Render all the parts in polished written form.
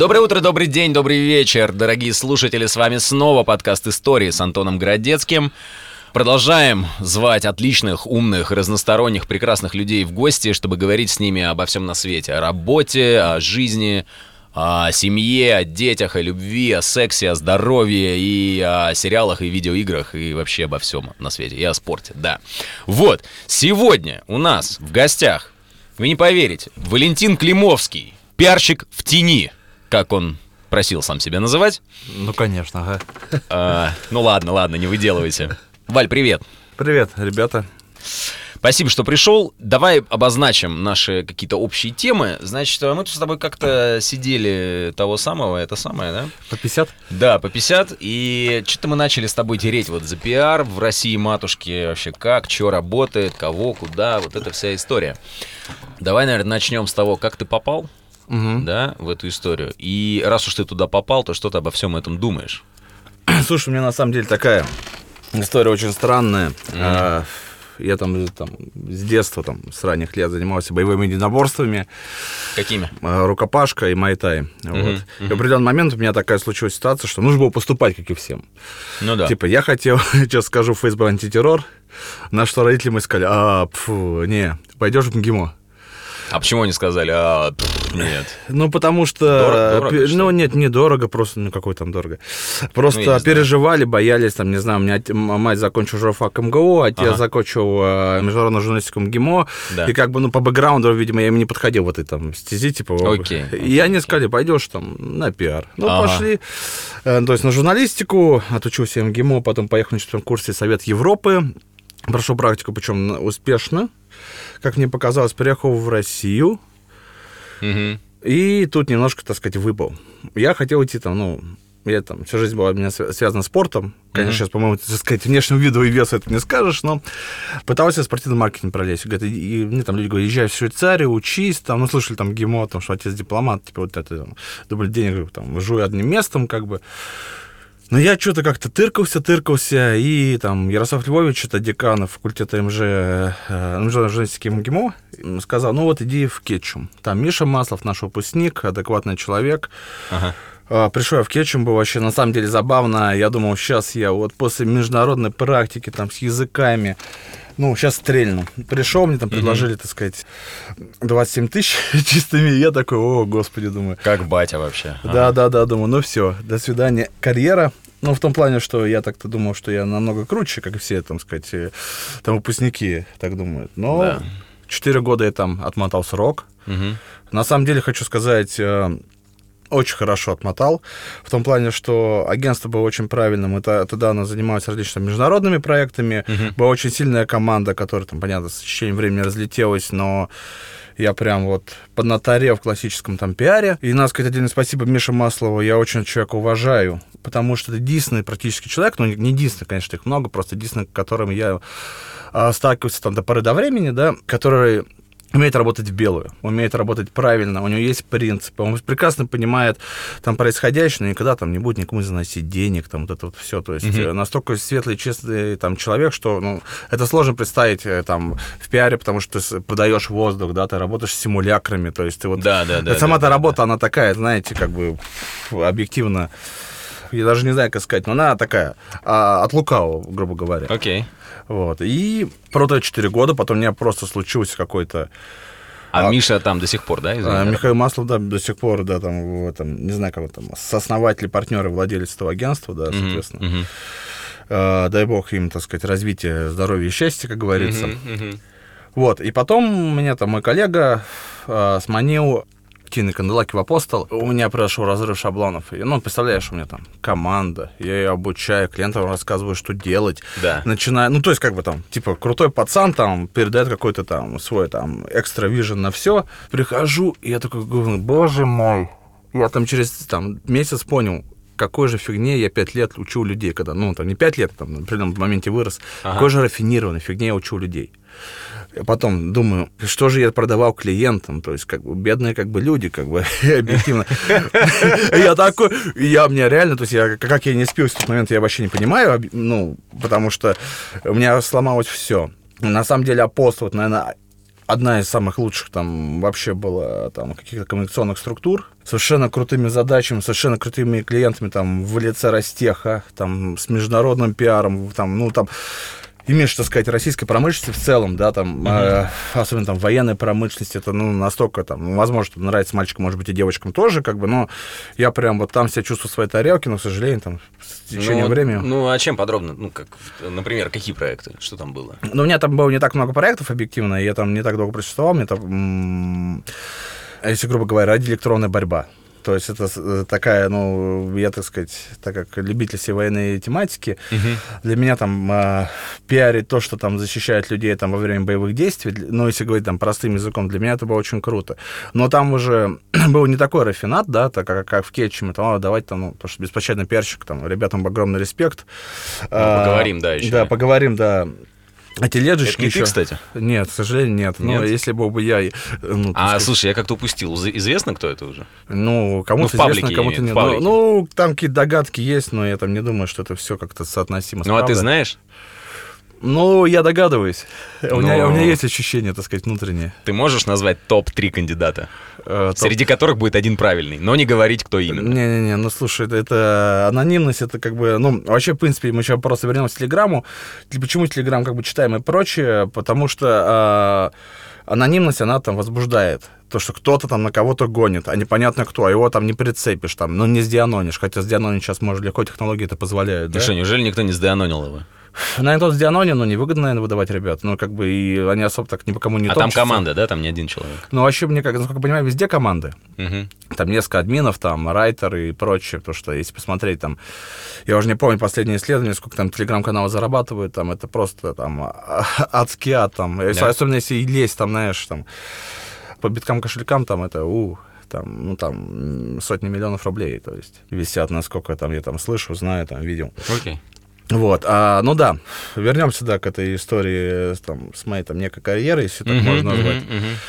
Доброе утро, добрый день, добрый вечер, дорогие слушатели. С вами снова подкаст «Истории» с Антоном Городецким. Продолжаем звать отличных, умных, разносторонних, прекрасных людей в гости, чтобы говорить с ними обо всем на свете. О работе, о жизни, о семье, о детях, о любви, о сексе, о здоровье и о сериалах и видеоиграх и вообще обо всем на свете. И о спорте, да. Вот, сегодня у нас в гостях, вы не поверите, Валентин Климовский, пиарщик в тени, как он просил сам себя называть. Ну, конечно, ага. Ну ладно, не выделывайте. Валь, привет. Привет, ребята. Спасибо, что пришел. Давай обозначим наши какие-то общие темы. Значит, мы тут с тобой как-то сидели это самое, да? По 50? Да, по 50. И что-то мы начали с тобой тереть вот за пиар в России матушки. Вообще как, что работает, кого, куда, вот эта вся история. Давай, наверное, начнем с того, как ты попал, да, в эту историю. И раз уж ты туда попал, то что ты обо всем этом думаешь? Слушай, у меня на самом деле такая история очень странная. Я там с детства, с ранних лет занимался боевыми единоборствами. Какими? Рукопашка и майтай. Вот. И в определенный момент у меня такая случилась ситуация, что нужно было поступать, как и всем. Ну да. Типа, я хотел, сейчас скажу, ФСБ антитеррор, на что родители мои сказали, не, пойдешь в МГИМО. А почему они сказали, нет? Ну, потому что... Дорого, ну, нет, не дорого, просто, какой там дорого. Просто переживали, боялись, не знаю, у меня мать закончила журфак МГУ, отец закончил международную журналистику МГИМО, да. И по бэкграунду, видимо, я им не подходил в этой стези, Окей. И они сказали, пойдешь на пиар. Ну, пошли, то есть на журналистику, отучился я МГИМО, потом поехал на 4-м курсе Совет Европы, прошел практику, причем успешно. Как мне показалось, приехал в Россию, и тут немножко, выпал. Я хотел идти всю жизнь была у меня связана с спортом. Конечно, сейчас, по-моему, внешнему виду и весу это не скажешь, но пытался в спортивный маркетинг пролезть. И мне люди говорят, езжай в Швейцарию, учись, слышали ГИМО, что отец дипломат, дубль денег, жуй одним местом, Но я что-то как-то тыркался, и Ярослав Львович, это декан факультета международной журналистики МГИМО, сказал, иди в Кетчум. Там Миша Маслов, наш выпускник, адекватный человек. Пришел я в Кетчум, было вообще на самом деле забавно. Я думал, сейчас я после международной практики, с языками, сейчас стрельну. Пришел, мне предложили, 27 тысяч чистыми. Я такой, о, господи, думаю. Как батя вообще. Да, думаю, все, до свидания, карьера. В том плане, что я так-то думал, что я намного круче, как и все, выпускники так думают. Но 4 года я отмотал срок. На самом деле, хочу сказать... Очень хорошо отмотал, в том плане, что агентство было очень правильным. Тогда оно занималось различными международными проектами. Была очень сильная команда, которая, понятно, с течением времени разлетелась, но я прям поднаторел в классическом пиаре. И надо сказать отдельное спасибо Мише Маслову. Я очень человека уважаю, потому что это единственный практически человек, не единственный, конечно, их много, просто единственный, с которым я сталкивался до поры до времени, да, который... умеет работать в белую, умеет работать правильно, у него есть принципы, он прекрасно понимает происходящее, но никогда не будет никому заносить денег, это все. То есть настолько светлый, честный человек, что это сложно представить в пиаре, потому что ты продаешь воздух, да, ты работаешь с симулякрами, то есть ты сама-то работа, она такая, знаете, объективно, я даже не знаю, как сказать, но она такая, от лукавого, грубо говоря. Окей. И прото 4 года, потом у меня просто случился какой-то... Миша до сих пор, да? Михаил Маслов, да, до сих пор, да, не знаю, как он сооснователь, партнер и владелец этого агентства, да, соответственно. Дай бог им, развития, здоровья и счастья, как говорится. И потом меня мой коллега сманил... Тины Канделаки в Апостол, у меня произошел разрыв шаблонов. Представляешь, у меня команда, я ее обучаю, клиентам рассказываю, что делать. Да. Начинаю, крутой пацан передает какой-то свой экстра вижен на все. Прихожу, и я такой говорю, боже мой. Я через месяц понял, какой же фигне я 5 лет учу людей, когда, не 5 лет, на определенном моменте вырос, какой же рафинированной фигне я учу людей. Потом думаю, что же я продавал клиентам, то есть бедные люди, объективно. Я такой, мне реально, то есть как я не спился в тот момент, я вообще не понимаю, потому что у меня сломалось все. На самом деле Апостол, наверное, одна из самых лучших там вообще была там каких-то коммуникационных структур, совершенно крутыми задачами, совершенно крутыми клиентами там в лице Ростеха, там с международным пиаром, там, ну, там, имеешь, так сказать, российской промышленности в целом, да, там, особенно там военной промышленности, это, ну, настолько там, возможно, что нравится мальчикам, может быть, и девочкам тоже, как бы, но я прям вот там себя чувствую в своей тарелке, но, к сожалению, там, с течением времени... Ну, а чем подробно? Ну, как, например, какие проекты? Что там было? Ну, у меня там было не так много проектов, объективно, и я там не так долго просуществовал, мне там, если, грубо говоря, радиоэлектронная борьба. То есть это такая, ну, я, так сказать, так как любитель всей военной тематики, для меня там пиарить то, что там защищает людей там во время боевых действий, ну, если говорить там простым языком, для меня это было очень круто. Но там уже был не такой рафинат, да, так как в Кетчуме, там, давайте там, ну, потому что беспощадный пиарщик, там, ребятам огромный респект. Поговорим, да, еще. Да, поговорим, да. Эти леджички это не еще... ты, кстати? Нет, к сожалению, нет. Нет? Но если бы я... Ну, слушай, я как-то упустил. Известно, кто это уже? Ну, кому-то известно, кому-то нет. Ну, там какие-то догадки есть, но я там не думаю, что это все как-то соотносимо с правдой. Ну, а ты знаешь? Ну, я догадываюсь. У меня есть ощущение, так сказать, внутреннее. Ты можешь назвать топ-3 кандидата? Среди которых будет один правильный, но не говорить, кто именно. Не-не-не, ну, слушай, это анонимность, это как бы... Ну, вообще, в принципе, мы еще просто вернемся к Телеграму. Почему Телеграм как бы читаем и прочее? Потому что анонимность, она там возбуждает. То, что кто-то там на кого-то гонит, а непонятно кто, а его там не прицепишь, там, ну, не сдианонишь, хотя сдианонить сейчас, может, легко технологии это позволяют, да? Что, неужели никто не сдианонил его? Наверное, тот сдианонил, но невыгодно, наверное, выдавать ребят. Ну, как бы, и они особо так ни по кому не топчутся. А там команда, да? Там не один человек? Ну, вообще, мне, как, насколько я понимаю, везде команды. Там несколько админов, там, райтеры и прочее. Потому что, если посмотреть, там, я уже не помню последние исследования, сколько там телеграм-каналы зарабатывают, там, это просто, там, адский ад, там. Да. Особенно, если и лезть, там, знаешь, там, по биткам-кошелькам, там, это, там, ну, там, сотни миллионов рублей, то есть, висят, насколько там я там слышу, знаю, там, видел. Окей. Вот, ну да, вернемся, да, к этой истории там, с моей там некой карьерой, если так можно назвать.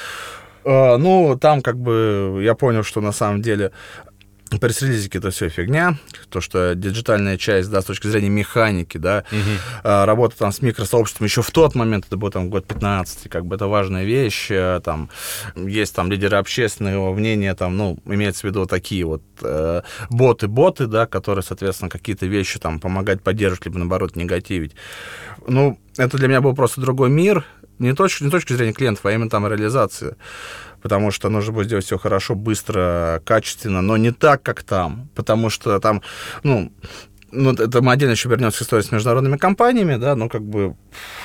Ну, там как бы я понял, что на самом деле пресс-релизики — это все фигня, то, что диджитальная часть, да, с точки зрения механики, да, работа там с микросообществом еще в тот момент, это был там год 15, как бы это важная вещь, там, есть там лидеры общественного мнения, там, ну, имеется в виду такие вот боты, да, которые, соответственно, какие-то вещи там помогать поддерживать, либо, наоборот, негативить. Ну, это для меня был просто другой мир, не точки зрения клиентов, а именно там реализации. Потому что нужно было сделать все хорошо, быстро, качественно, но не так, как там. Потому что там, ну это мы отдельно еще вернемся к истории с международными компаниями, да, но как бы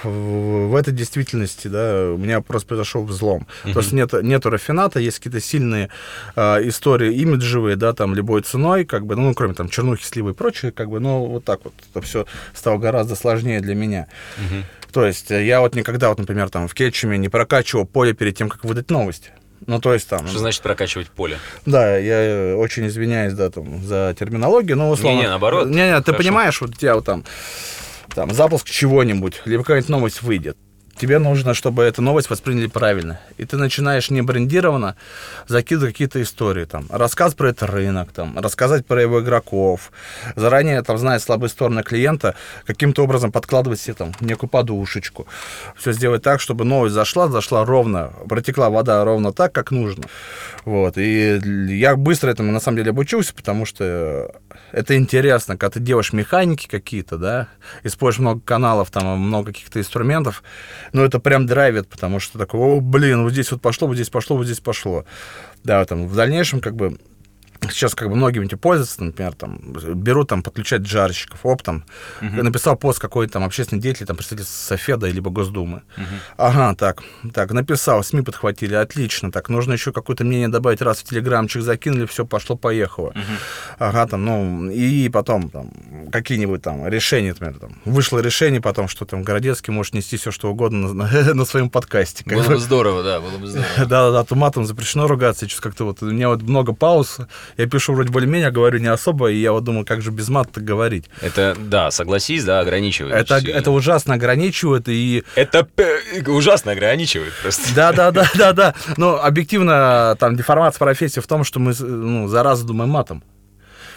в этой действительности, да, у меня просто произошел взлом. То есть нету рафината, есть какие-то сильные истории имиджевые, да, там, любой ценой, как бы, ну, кроме там чернухи, сливы и прочее, как бы, ну, вот так вот это все стало гораздо сложнее для меня. То есть я вот никогда, вот, например, там в Кетчуме не прокачивал поле перед тем, как выдать новости. Ну, то есть там... Что значит прокачивать поле? Да, я очень извиняюсь, да, там, за терминологию, но условно... Не, наоборот. Не, ты понимаешь, вот у тебя вот там запуск чего-нибудь, либо какая-нибудь новость выйдет. Тебе нужно, чтобы эту новость восприняли правильно. И ты начинаешь не брендированно закидывать какие-то истории. Там, рассказ про этот рынок, там, рассказать про его игроков. Заранее, там, зная слабые стороны клиента, каким-то образом подкладывать себе там некую подушечку. Все сделать так, чтобы новость зашла ровно, протекла вода ровно так, как нужно. Вот. И я быстро этому, на самом деле, обучился, потому что это интересно, когда ты делаешь механики какие-то, да, используешь много каналов, там, много каких-то инструментов, но это прям драйвит, потому что такое, вот здесь вот пошло, вот здесь пошло, вот здесь пошло. Да, там, в дальнейшем, как бы, сейчас как бы многими этим пользуются, например, там, берут, там, подключать джарщиков, там, написал пост какой-то там общественный деятель, там, представитель Софеда либо Госдумы. Ага, так, написал, СМИ подхватили, отлично, так, нужно еще какое-то мнение добавить, раз в телеграмчик закинули, все, пошло-поехало. Ага, там, ну, и потом, там, какие-нибудь там решения, например, там, вышло решение потом, что там Городецкий может нести все, что угодно на своем подкасте. Было бы здорово, да, было бы здорово. Да, то матом запрещено ругаться, сейчас как-то вот, у меня вот много пауз. Я пишу вроде более-менее, говорю не особо, и я вот думаю, как же без мата говорить. Это, да, согласись, да, ограничивает. Это ужасно ограничивает, и... Это ужасно ограничивает просто. Да. Но объективно там деформация профессии в том, что мы, зараза, думаем матом.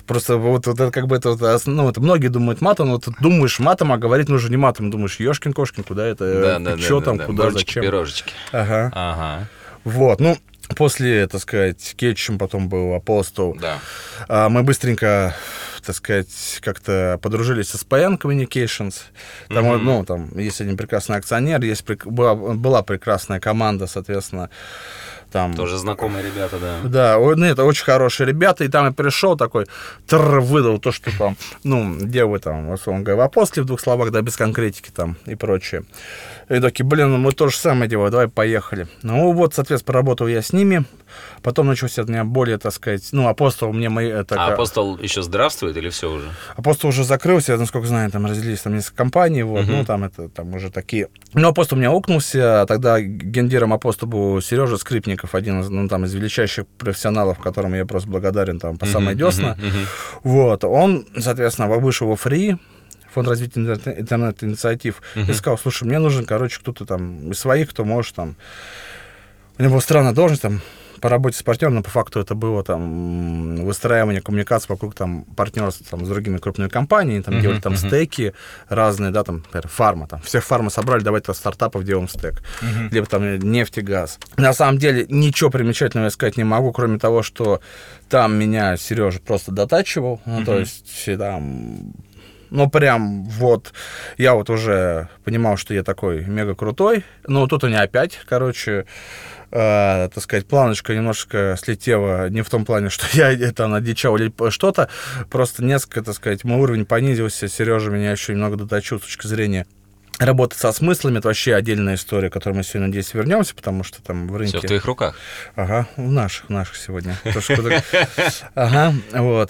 Просто вот это как бы это, ну, это многие думают матом, но ты думаешь матом, а говорить нужно не матом. Думаешь, ёшкин-кошкин, куда это, что там, куда, зачем. Пирожечки. Ага. Вот, ну, после, так сказать, Кетчум, потом был Апостол. Да. Мы быстренько, так сказать, как-то подружились с SPN Communications. Там, ну, там есть один прекрасный акционер, была прекрасная команда, соответственно. Там... Тоже знакомые ребята, да. Да, ну, это очень хорошие ребята, и там я пришел такой, выдал то, что там, ну, где вы там, условно говоря, в Апостоле в 2 словах, да, без конкретики там и прочее. И такие, блин, ну мы то же самое делаем, давай поехали. Ну вот, соответственно, поработал я с ними, потом начался у меня более, так сказать, ну, Апостол мне мои... Апостол еще здравствует или все уже? Апостол уже закрылся, я, насколько знаю, там разделились там несколько компаний, вот, ну, там это, там уже такие... Ну, Апостол у меня укнулся, тогда гендиром Апостол был Сережа Скрипников, один из, ну, там, из величайших профессионалов, которому я просто благодарен, там, по самой десна. Вот, он, соответственно, вышел во Free, Фонд развития интернет-инициатив, и сказал, слушай, мне нужен, короче, кто-то там из своих, кто может там... У него была странная должность, там, по работе с партнером, но по факту это было там выстраивание коммуникации вокруг там партнерства там, с другими крупными компаниями, там делали там стеки разные, да, там, например, фарма, там, всех фарма собрали, давайте стартапов делаем стек, либо там нефть и газ. На самом деле ничего примечательного я сказать не могу, кроме того, что там меня Сережа просто дотачивал, ну, то есть там... Ну, прям вот, я вот уже понимал, что я такой мега крутой, но тут у меня опять, короче, так сказать, планочка немножко слетела, не в том плане, что я там одичал или что-то, просто несколько, так сказать, мой уровень понизился, Сережа меня еще немного доточил с точки зрения работать со смыслами, это вообще отдельная история, к которой мы сегодня, надеюсь, вернемся, потому что там в рынке... Все в твоих руках. Ага, в наших сегодня. Ага, вот.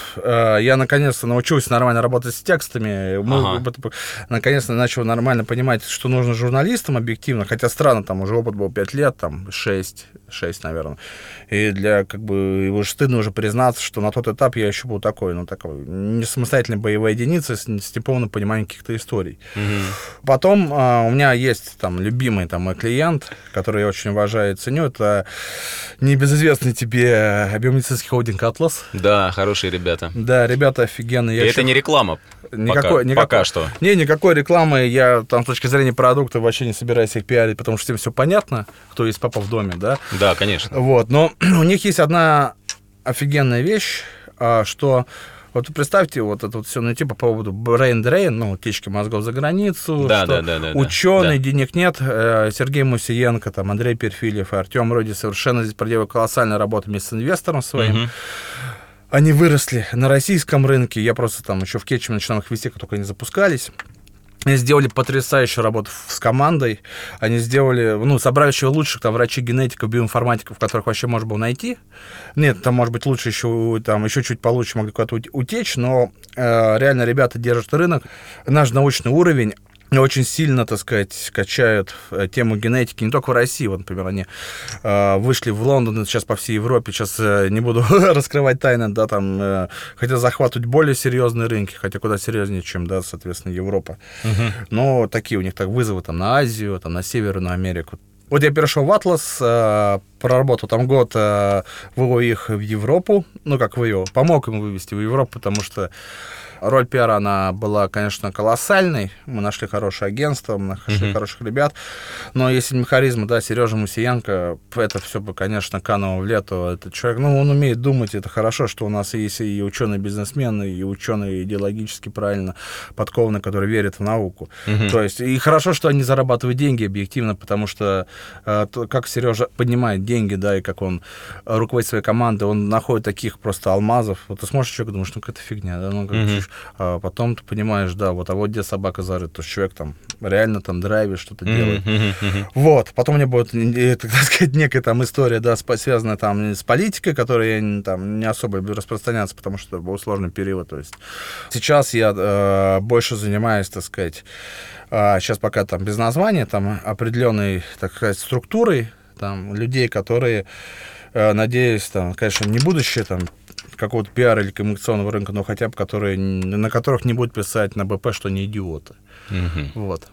Я, наконец-то, научился нормально работать с текстами. Наконец-то начал нормально понимать, что нужно журналистам объективно, хотя странно, там уже опыт был 5 лет, там 6, наверное. И для, как бы, уже стыдно уже признаться, что на тот этап я еще был такой, ну, такой, не самостоятельная боевая единица с неполным пониманием каких-то историй. Потом у меня есть там любимый там мой клиент, который я очень уважаю и ценю. Это небезызвестный тебе биомедицинский холдинг «Атлас». Да, хорошие ребята. Да, ребята офигенные. И это не реклама. Пока что. Никакой рекламы. Я там с точки зрения продукта вообще не собираюсь их пиарить, потому что всем все понятно, кто есть папа в доме, да? Да, конечно. Вот, но у них есть одна офигенная вещь, что... Вот представьте, вот это вот все найти по поводу brain drain, ну, утечки мозгов за границу, да, что ученые, денег нет, Сергей Мусиенко, там, Андрей Перфильев и Артем Роди совершенно здесь проделали колоссальную работу вместе с инвестором своим. Они выросли на российском рынке, я просто там еще в Кетчуме начинал их вести, как только они запускались. Они сделали потрясающую работу с командой. Они сделали, ну, собрали еще лучших там врачей, генетиков, биоинформатиков, которых вообще можно было найти. Нет, там, может быть, лучше еще, там, еще чуть получше могли куда-то утечь, но реально ребята держат рынок. Наш научный уровень очень сильно, так сказать, качают тему генетики, не только в России. Вот, например, они вышли в Лондон, сейчас по всей Европе, сейчас не буду раскрывать тайны, да, там хотят захватывать более серьезные рынки, хотя куда серьезнее, чем, да, соответственно, Европа. Но такие у них так вызовы там на Азию, там на Северную Америку. Вот я перешел в Атлас, проработал там год, вывел их в Европу, ну, как вывел, помог им вывести в Европу, потому что роль пиара, она была, конечно, колоссальной. Мы нашли хорошее агентство, мы нашли хороших ребят. Но если не харизма, да, Сережа Мусиенко, это все бы, конечно, кануло в лету. Этот человек, ну, он умеет думать, это хорошо, что у нас есть и ученые-бизнесмены, и ученые идеологически правильно подкованные, которые верят в науку. То есть, и хорошо, что они зарабатывают деньги объективно, потому что как Сережа поднимает деньги, да, и как он руководит своей командой, он находит таких просто алмазов. Вот ты смотришь человека, думаешь, ну, какая-то фигня, да, ну, как а потом ты понимаешь, да, вот, а вот где собака зарыта, то есть человек там реально там драйвит, что-то делает. Вот, потом у меня будет, так сказать, некая там история, да, связанная там с политикой, которая я там не особо люблю распространяться, потому что был сложный период, то есть сейчас я больше занимаюсь, так сказать, сейчас пока там без названия, там определенной, так сказать, структурой, там людей, которые, надеюсь, там, конечно, не будущее там какого-то пиара или коммуникационного рынка, но хотя бы на которых не будет писать на БП, что они идиоты. Вот.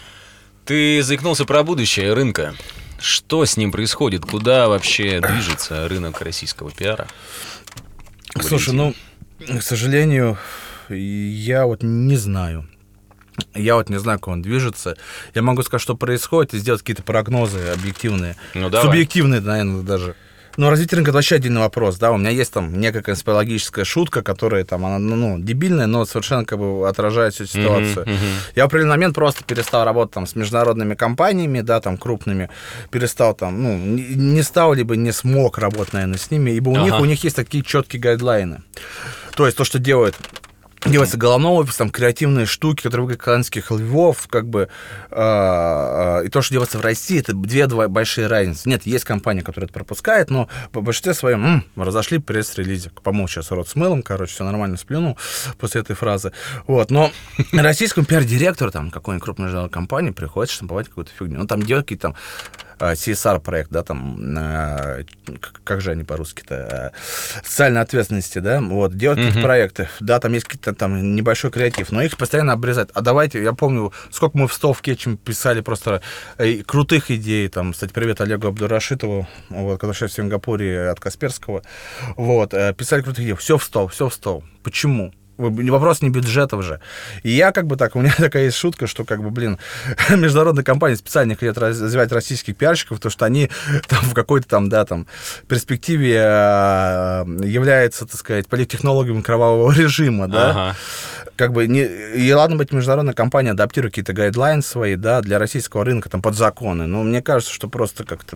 Ты заикнулся про будущее рынка. Что с ним происходит? Куда вообще движется рынок российского пиара? Слушай, ну, К сожалению, я вот не знаю. Я вот не знаю, как он движется. Я могу сказать, что происходит, и сделать какие-то прогнозы объективные. Субъективные, наверное, даже. Но развитие рынка — это вообще отдельный вопрос, да, у меня есть там некая конспирологическая шутка, которая там, она, дебильная, но совершенно как бы отражает всю ситуацию. Я в определенный момент просто перестал работать там с международными компаниями, да, там, крупными, перестал там, не стал, либо не смог работать, наверное, с ними, ибо у них есть такие четкие гайдлайны. То есть то, что делается головной офис, там, креативные штуки, которые выглядят как канадских львов, как бы, и то, что делается в России, это две большие разницы. Нет, есть компания, которая это пропускает, но по большинстве своем разошли пресс-релизе. Помыл сейчас рот с мылом, короче, все нормально, сплюнул после этой фразы. Вот, но российскому пиар-директору, там, какой-нибудь крупной международной компании приходится штамповать какую-то фигню. Ну, там делать какие-то там CSR-проект, да, там, как же они по-русски-то, социальной ответственности, да, вот, делать какие-то проекты, да, там есть какие-то там небольшой креатив, но их постоянно обрезать. А давайте, я помню, сколько мы в Стовкетчем писали просто крутых идей, там, кстати, привет Олегу Абдурашитову, вот, который сейчас в Сингапуре от Касперского, вот, писали крутых идей, все в стол. Почему? Вопрос не бюджетов же. И я как бы так, у меня такая есть шутка, что как бы, международные компании специально хотят развивать российских пиарщиков, потому что они там в какой-то там, да, там, перспективе являются, так сказать, политтехнологами кровавого режима, да. Как бы, и ладно быть, международная компания адаптирует какие-то гайдлайны свои, да, для российского рынка, там, под законы, но мне кажется, что просто как-то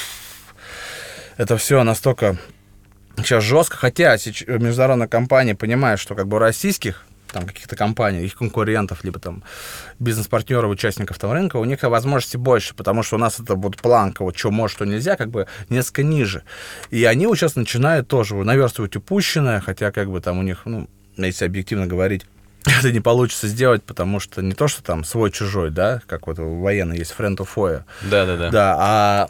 это все настолько... Сейчас жестко, хотя международная компания понимает, что как бы у российских там каких-то компаний, их конкурентов, либо там бизнес-партнеров, участников там рынка, у них возможностей больше, потому что у нас это вот планка, вот что может, что нельзя, как бы несколько ниже. И они вот сейчас начинают тоже наверстывать упущенное, хотя как бы там у них, если объективно говорить, это не получится сделать, потому что не то, что там свой-чужой, да, как вот у военных есть friend of foe. Да-да-да. Да, а...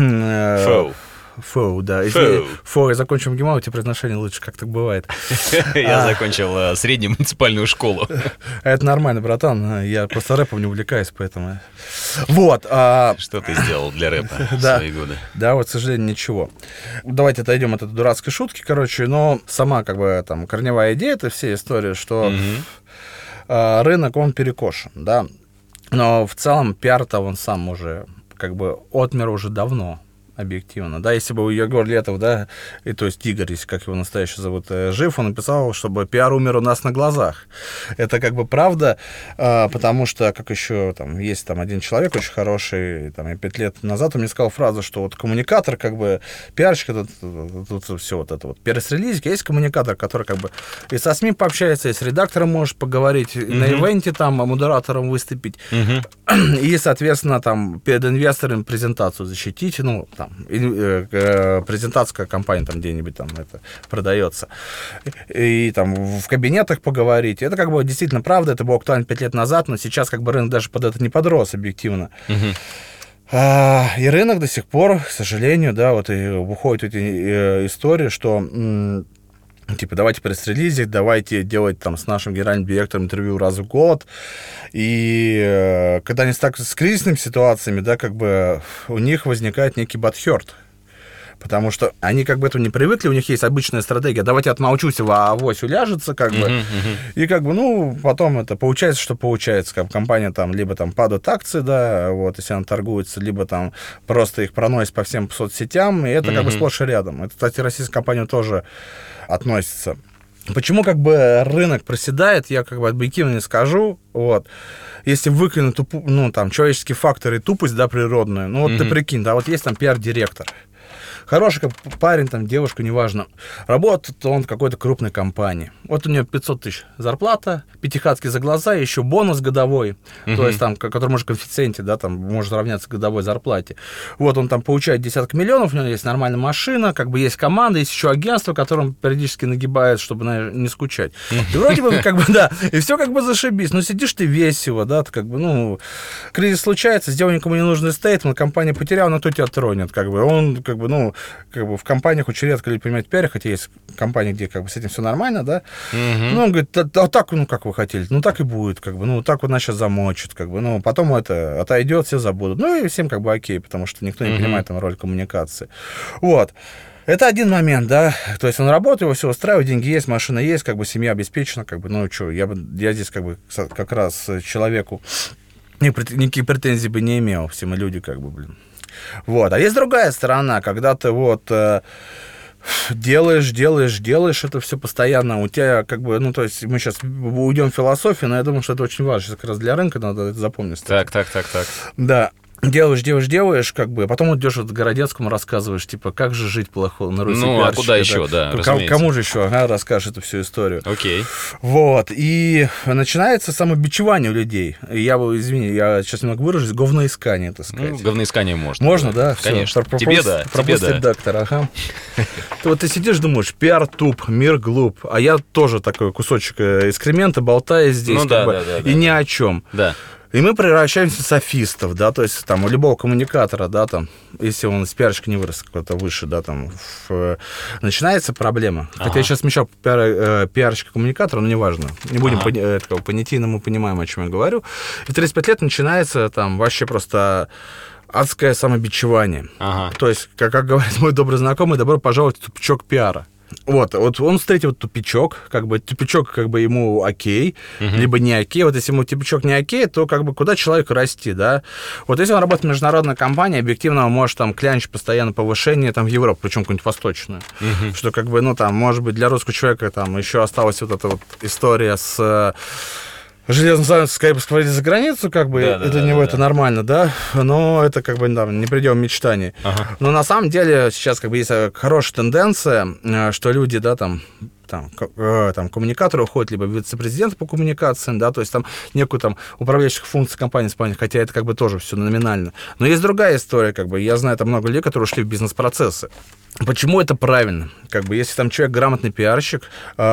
Фоу, да. Если я закончил МГИМО, у тебя произношение лучше, как так бывает. Я закончил среднюю муниципальную школу. Это нормально, братан. Я просто рэпом не увлекаюсь, поэтому... Вот. Что ты сделал для рэпа в свои годы? Да, вот, к сожалению, ничего. Давайте отойдем от этой дурацкой шутки, короче, но сама, как бы, там, корневая идея этой всей истории, что рынок, он перекошен, да. Но в целом пиар-то он сам уже, как бы, отмер уже давно. Объективно, да, если бы Егор Летов, да, и то есть Игорь, если как его настоящий зовут, жив, он написал, чтобы пиар умер у нас на глазах. Это как бы правда, потому что, как еще, там, есть там один человек очень хороший, там, я 5 лет назад он мне сказал фразу, что вот коммуникатор, как бы, пиарщик, тут все вот это вот, пресс-релизик, есть коммуникатор, который, как бы, и со СМИ пообщается, и с редактором может поговорить, на ивенте, там, модератором выступить, и, соответственно, там, перед инвесторами презентацию защитить, там, презентация компании там где-нибудь там это продается, и там в кабинетах поговорить. Это как бы действительно правда, это было актуально 5 лет назад, но сейчас как бы рынок даже под это не подрос объективно. И рынок до сих пор, к сожалению, да, вот и выходят эти истории, что типа, давайте пресс-релизить, давайте делать там с нашим генеральным директором интервью раз в год. И когда они сталкиваются с кризисными ситуациями, да, как бы у них возникает некий бадхёрт. Потому что они как бы этого не привыкли, у них есть обычная стратегия. Давайте отмолчусь, авось уляжется, как бы. И как бы, потом это получается, что получается. Как компания там, либо там падают акции, да, вот, если она торгуется, либо там просто их проносит по всем соцсетям, и это как бы сплошь и рядом. Это, кстати, российская компания тоже относится. Почему как бы рынок проседает, я как бы объективно не скажу, вот. Если выкинуть там, человеческие факторы и тупость, да, природную, вот ты прикинь, да, вот есть там пиар-директор, хороший как парень, там, девушка, неважно, работает он в какой-то крупной компании. Вот у него 500 тысяч зарплата, пятихатки за глаза, еще бонус годовой, то есть там, который может в коэффициенте, да, там, может равняться годовой зарплате. Вот он там получает десяток миллионов, у него есть нормальная машина, как бы есть команда, есть еще агентство, которым периодически нагибает, чтобы, наверное, не скучать. И вроде бы, как бы, да, и все как бы зашибись, но сидишь ты весело, да, ты как бы, кризис случается, сделай никому не нужный стейтмент, компания потеряла, но кто тебя тронет, как бы, он, как бы, ну, как бы в компаниях очень редко люди понимают пиар, хотя есть компании, где как бы с этим все нормально, да. Ну, он говорит, да так, ну, как вы хотели, ну, так и будет, как бы, ну, так вот нас сейчас замочат, как бы, ну, потом это отойдет, все забудут. Ну, и всем как бы окей, потому что никто не понимает там роль коммуникации. Вот. Это один момент, да, то есть он работает, его все устраивает, деньги есть, машина есть, как бы семья обеспечена, как бы, ну, что, я здесь как бы как раз человеку никаких претензий бы не имел, все мы люди, как бы, блин. Вот, а есть другая сторона, когда ты вот делаешь это все постоянно, у тебя как бы, ну, то есть мы сейчас уйдем в философию, но я думаю, что это очень важно, сейчас как раз для рынка надо это запомнить. Так. Да. Делаешь, как бы, а потом идешь вот Городецкому рассказываешь, типа, как же жить плохо на Руси. Ну, а куда еще, да, разумеется. Кому же еще, расскажешь эту всю историю. Окей. Вот, и начинается самобичевание у людей. Я сейчас немного выражусь, говноискание, так сказать. Ну, говноискание можно. Можно, да? Конечно. Все. Тебе да. Доктор, ага. Вот ты сидишь, думаешь, пиар туп, мир глуп, а я тоже такой кусочек экскремента болтаю здесь, и ни о чем. Да. И мы превращаемся в софистов, да, то есть там у любого коммуникатора, да, там, если он с пиарщика не вырос какой-то выше, да, там, начинается проблема. Хотя я сейчас смещал пиарщика-коммуникатора, но неважно. Не будем понятийно, мы понимаем, о чем я говорю. И в 35 лет начинается там вообще просто адское самобичевание. То есть, как говорит мой добрый знакомый, добро пожаловать в тупичок пиара. Вот он встретил тупичок, как бы ему окей, либо не окей. Вот если ему тупичок не окей, то как бы куда человеку расти, да? Вот если он работает в международной компании, объективно он может там клянчить постоянно повышение там в Европу, причем какую-нибудь восточную. Что как бы, ну там, может быть, для русского человека там еще осталась вот эта вот история с железным занавесом, скорее бы сходить за границу, как бы, для него это нормально, да, но это как бы не предел мечтаний. Но на самом деле сейчас как бы есть хорошая тенденция, что люди, да, там коммуникаторы уходят, либо вице-президент по коммуникациям, да, то есть там некую там управляющих функций компании исполняют, хотя это как бы тоже все номинально. Но есть другая история, как бы, я знаю там много людей, которые ушли в бизнес-процессы. Почему это правильно? Как бы, если там человек грамотный пиарщик,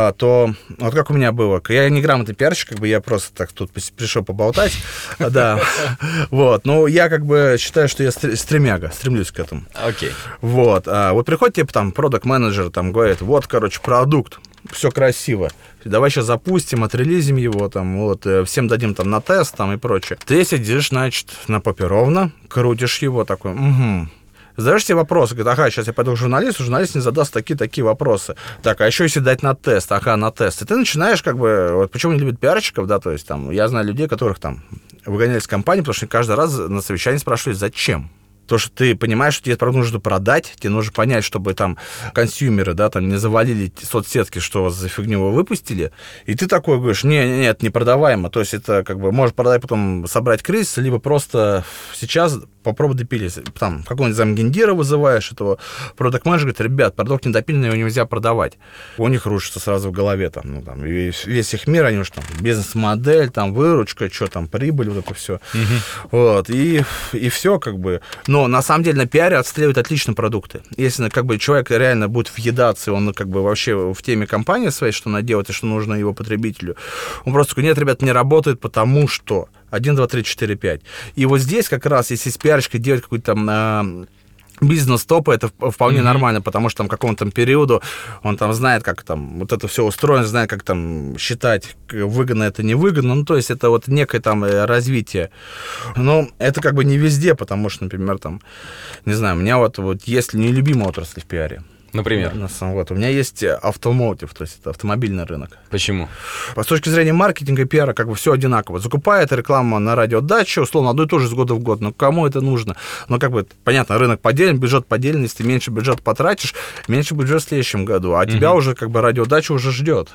то вот как у меня было, я не грамотный пиарщик, как бы я просто так тут пришел поболтать, да, вот, но я как бы считаю, что я стремлюсь к этому. Окей. Вот приходит типа там продакт-менеджер, там говорит, вот, короче, продукт, все красиво. Давай сейчас запустим, отрелизим его, там, вот, всем дадим там на тест, там, и прочее. Ты сидишь, значит, на попе ровно, крутишь его такой, задаешь себе вопросы, говорит, сейчас я пойду к журналисту, журналист не задаст такие вопросы. Так, а еще если дать на тест, на тест. И ты начинаешь как бы, вот почему не любят пиарщиков, да, то есть там, я знаю людей, которых там выгоняли из компании, потому что каждый раз на совещании спрашивали, зачем? То, что ты понимаешь, что тебе правда нужно продать, тебе нужно понять, чтобы там консюмеры, да, там не завалили соцсетки, что за фигню вы выпустили, и ты такой говоришь, нет, не продаваемо, то есть это как бы можешь продать, потом собрать кризис, либо просто сейчас попробуй допилить. Там какого-нибудь замгендира вызываешь, этого продакт-менеджера, говорит, ребят, продукт недопиленный, его нельзя продавать. У них рушится сразу в голове, там, ну, там, весь их мир, они уж там, бизнес-модель, там, выручка, что там, прибыль, вот это все. Вот, и все, как бы. Но на самом деле на пиаре отстреливают отлично продукты. Если как бы человек реально будет въедаться, и он как бы вообще в теме компании своей, что надо делать и что нужно его потребителю, он просто такой, нет, ребят, не работает, потому что 1, 2, 3, 4, 5. И вот здесь как раз, если с пиарщикой делать какой-то там бизнес-топы, это вполне нормально, потому что там какому-то там периоду он там знает, как там вот это все устроено, знает, как там считать, выгодно это, невыгодно. Ну, то есть это вот некое там развитие. Но это как бы не везде, потому что, например, там, не знаю, у меня вот есть нелюбимая отрасль в пиаре. Например? Вот, у меня есть автомотив, то есть это автомобильный рынок. Почему? С точки зрения маркетинга и пиара как бы все одинаково. Закупает реклама на радиодаче, условно, одно и то же с года в год. Но кому это нужно? Ну, как бы, понятно, рынок поделен, бюджет поделен. Если ты меньше бюджета потратишь, меньше бюджет в следующем году. А тебя уже как бы радиодача уже ждет.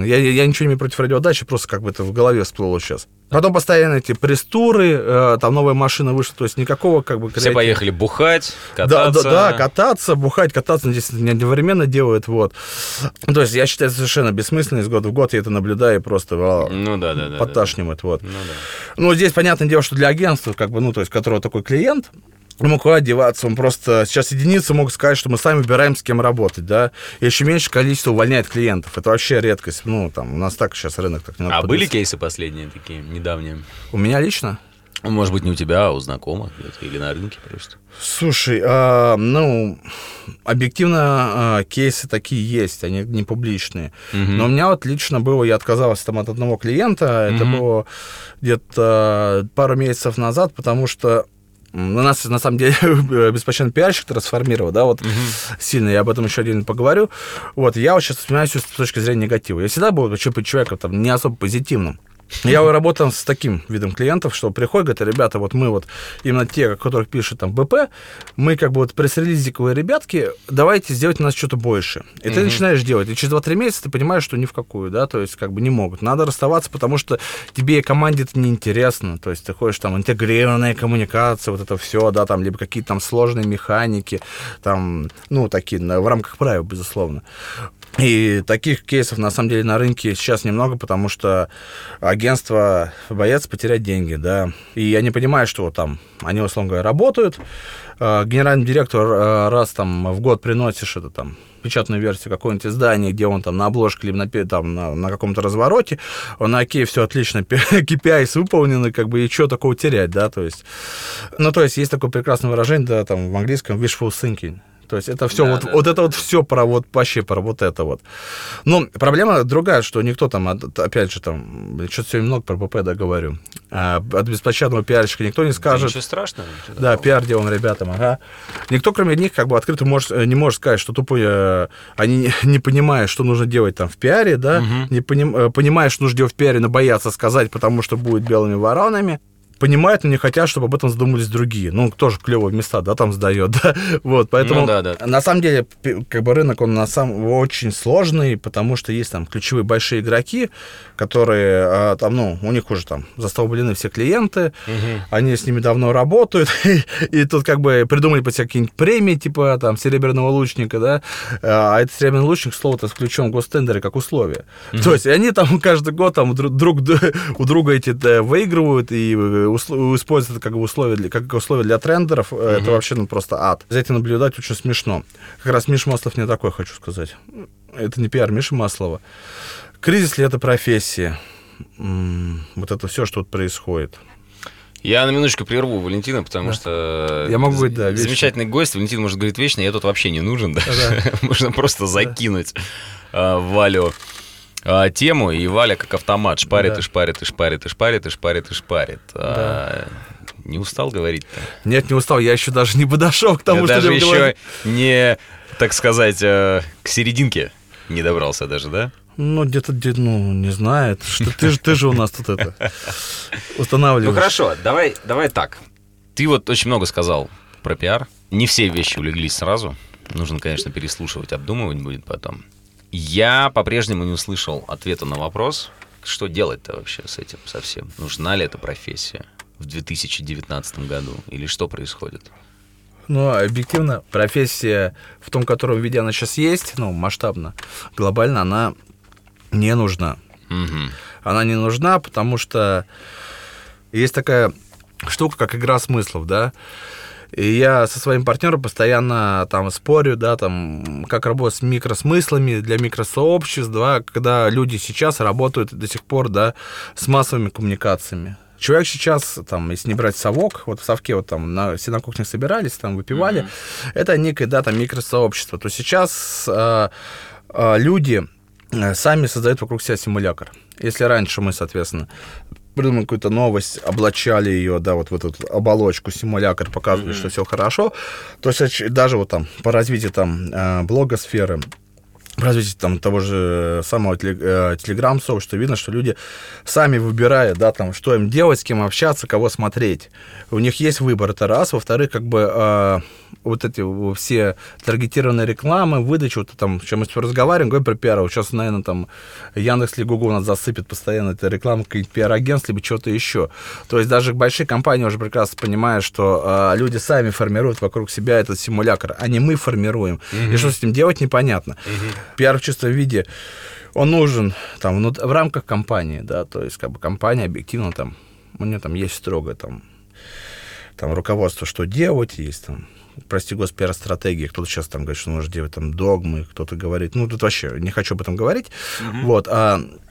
Я ничего не имею против радиодачи, просто как бы это в голове всплыло сейчас. Потом постоянно эти пресс-туры, там новая машина вышла, то есть никакого как бы... Все поехали бухать, кататься. Да, кататься, бухать, кататься, здесь не одновременно делают, вот. То есть я считаю, это совершенно бессмысленно, из года в год я это наблюдаю и просто подташнивает, вот. Ну, здесь, понятное дело, что для агентства, как бы, ну, то есть, которого такой клиент, ему куда деваться, он просто... Сейчас единицы могут сказать, что мы сами выбираем, с кем работать, да, и еще меньше количество увольняет клиентов. Это вообще редкость. Ну, там, у нас так сейчас рынок так не надо. Были кейсы последние такие, недавние? У меня лично? Он может быть не у тебя, а у знакомых где-то или на рынке просто. Слушай, объективно кейсы такие есть, они не публичные. Но у меня вот лично было, я отказался там от одного клиента, это было где-то пару месяцев назад, потому что у нас, на самом деле, беспощадный пиарщик трансформировал, да, вот сильно, я об этом еще отдельно поговорю. Вот, я вот сейчас вспоминаю с точки зрения негатива. Я всегда был человеком там не особо позитивным. Я работал с таким видом клиентов, что приходят, говорят, ребята, вот мы вот именно те, которых пишут там БП, мы как бы вот пресс-релизиковые ребятки, давайте сделать у нас что-то больше. И ты начинаешь делать, и через 2-3 месяца ты понимаешь, что ни в какую, да, то есть как бы не могут. Надо расставаться, потому что тебе и команде это неинтересно, то есть ты ходишь там интегрированная коммуникация, вот это все, да, там, либо какие-то там сложные механики, там, ну, такие, в рамках правил, безусловно. И таких кейсов, на самом деле, на рынке сейчас немного, потому что агентства боятся потерять деньги, да. И я не понимаю, что там они, условно говоря, работают. Генеральный директор раз там в год приносишь это там печатную версию какого-нибудь издания, где он там на обложке, либо на каком-то развороте, он, окей, все отлично, KPIs выполнены, как бы, и что такого терять, да, то есть... Ну, то есть, есть такое прекрасное выражение, да, там, в английском wishful thinking. То есть это все, все про вот вообще про вот это вот. Ну, проблема другая, что никто там, опять же, там, что-то сегодня много про БП, да, говорю. От беспощадного пиарщика никто не скажет. Ничего страшного. Да, пиар делаем ребятам, ага. Никто, кроме них, как бы открыто не может сказать, что тупые, они не понимают, что нужно делать там в пиаре, да, не понимают, что нужно делать в пиаре, но боятся сказать, потому что будет белыми воронами. Понимают, но не хотят, чтобы об этом задумались другие. Ну, тоже клевые места, да, там сдает, да. Вот, поэтому, на самом деле, как бы рынок, он очень сложный, потому что есть там ключевые большие игроки, которые, там, ну, у них уже там застолблены все клиенты, они с ними давно работают, и тут как бы придумали по себе какие-нибудь премии, типа там серебряного лучника, да, а этот серебряный лучник, слово-то, включен в гостендеры как условие. То есть они там каждый год там у друга эти выигрывают и используют это как условие для трендеров, это вообще просто ад. За этим наблюдать очень смешно. Как раз Миша Маслов не такой, хочу сказать. Это не пиар Миши Маслова. Кризис ли это профессия? Вот это все, что тут происходит. Я на минуточку прерву Валентина, потому что я могу быть, да, замечательный гость. Валентин может говорить вечно, я тут вообще не нужен. Да? Можно просто закинуть Валю тему, и Валя как автомат шпарит, и шпарит, и шпарит, и шпарит, и шпарит, и шпарит. Не устал говорить-то? Нет, не устал, я еще даже не подошел к тому, что даже еще говорить. Не, так сказать, к серединке не добрался даже, да? Ну, где-то, ну, не знаю, ты же у нас тут это устанавливаешь. Ну, хорошо, давай так. Ты вот очень много сказал про пиар. Не все вещи улеглись сразу. Нужно, конечно, переслушивать, обдумывать будет потом. Я по-прежнему не услышал ответа на вопрос, что делать-то вообще с этим совсем. Нужна ли эта профессия в 2019 году? Или что происходит? Ну, объективно, профессия в том, котором виде она сейчас есть, ну, масштабно, глобально, она не нужна. Она не нужна, потому что есть такая штука, как игра смыслов, да. И я со своим партнером постоянно там спорю, да, там, как работать с микросмыслами для микросообществ, да, когда люди сейчас работают до сих пор, да, с массовыми коммуникациями. Человек сейчас, там, если не брать совок, вот в совке вот там все на кухнях собирались, там, выпивали, это некое, да, там, микросообщество. То сейчас люди сами создают вокруг себя симулятор. Если раньше мы, соответственно, придумали какую-то новость, облачали ее, да, вот в эту оболочку, симулятор, показывали, что все хорошо, то есть даже вот там по развитию там блогосферы, развитие там того же самого телеграм-сообщества, видно, что люди сами выбирают, да, там, что им делать, с кем общаться, кого смотреть. У них есть выбор, это раз. Во-вторых, как бы вот эти все таргетированные рекламы, выдача, вот там, чем мы разговариваем, говорим про пиар. Вот сейчас, наверное, там Яндекс или Google нас засыпет постоянно этой рекламой, какие-то пиар-агентства, либо что-то еще. То есть даже большие компании уже прекрасно понимают, что люди сами формируют вокруг себя этот симулятор, а не мы формируем. И что с этим делать, непонятно. Пиар в чистом виде, он нужен там, в рамках компании, да, то есть как бы компания объективно там, у нее там есть строго там руководство, что делать, есть там, прости господи, пиар-стратегии, кто-то сейчас там говорит, что нужно делать там догмы, кто-то говорит, ну тут вообще не хочу об этом говорить, вот,